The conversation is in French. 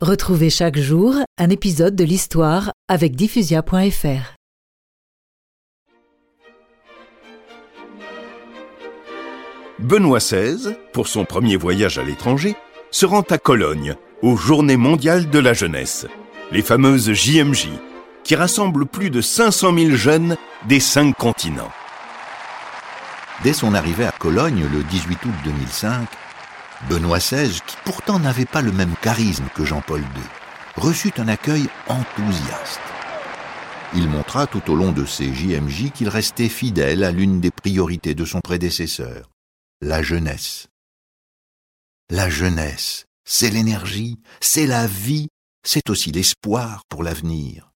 Retrouvez chaque jour un épisode de l'histoire avec diffusia.fr. Benoît XVI, pour son premier voyage à l'étranger, se rend à Cologne, aux Journées mondiales de la jeunesse, les fameuses JMJ, qui rassemblent plus de 500 000 jeunes des 5 continents. Dès son arrivée à Cologne le 18 août 2005, Benoît XVI, qui pourtant n'avait pas le même charisme que Jean-Paul II, reçut un accueil enthousiaste. Il montra tout au long de ces JMJ qu'il restait fidèle à l'une des priorités de son prédécesseur, la jeunesse. La jeunesse, c'est l'énergie, c'est la vie, c'est aussi l'espoir pour l'avenir.